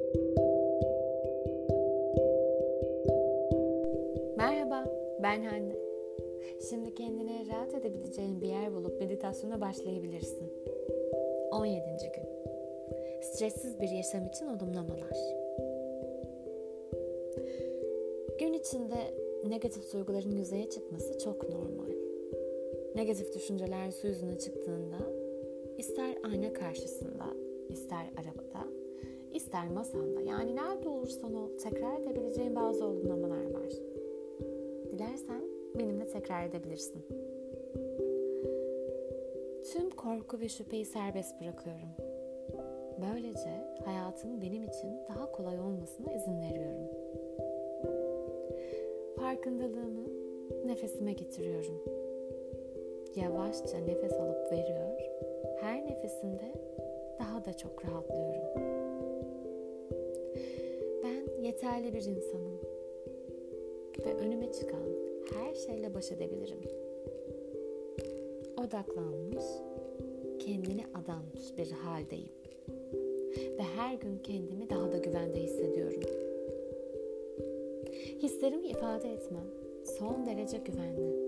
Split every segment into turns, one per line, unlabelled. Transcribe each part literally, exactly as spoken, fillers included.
Merhaba, ben Hande. Şimdi kendine rahat edebileceğin bir yer bulup meditasyona başlayabilirsin. on yedinci gün. Stressiz bir yaşam için olumlamalar. Gün içinde negatif duyguların yüzeye çıkması çok normal. Negatif düşünceler su yüzüne çıktığında, ister ayna karşısında, ister arabada, ister masanda, yani nerede olursan ol, tekrar edebileceğin bazı olumlamalar var. Dilersen benimle tekrar edebilirsin. Tüm korku ve şüpheyi serbest bırakıyorum. Böylece hayatın benim için daha kolay olmasına izin veriyorum. Farkındalığımı nefesime getiriyorum. Yavaşça nefes alıp veriyor, her nefesimde daha da çok rahatlıyorum. Ben yeterli bir insanım ve önüme çıkan her şeyle baş edebilirim. Odaklanmış, kendine adanmış bir haldeyim. Ve her gün kendimi daha da güvende hissediyorum. Hislerimi ifade etmem son derece güvenli.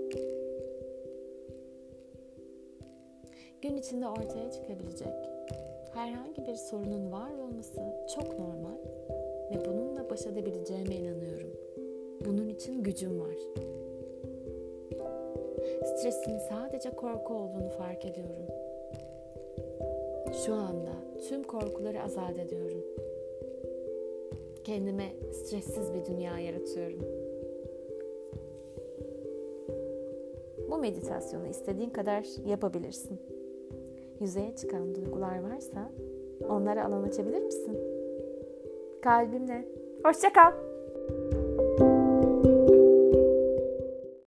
Gün içinde ortaya çıkabilecek herhangi bir sorunun var olması çok normal ve bununla baş edebileceğime inanıyorum. Bunun için gücüm var. Stresin sadece korku olduğunu fark ediyorum. Şu anda tüm korkuları azat ediyorum. Kendime stressiz bir dünya yaratıyorum. Bu meditasyonu istediğin kadar yapabilirsin. Yüzeye çıkan duygular varsa onlara alan açabilir misin? Kalbimle. Hoşça kal.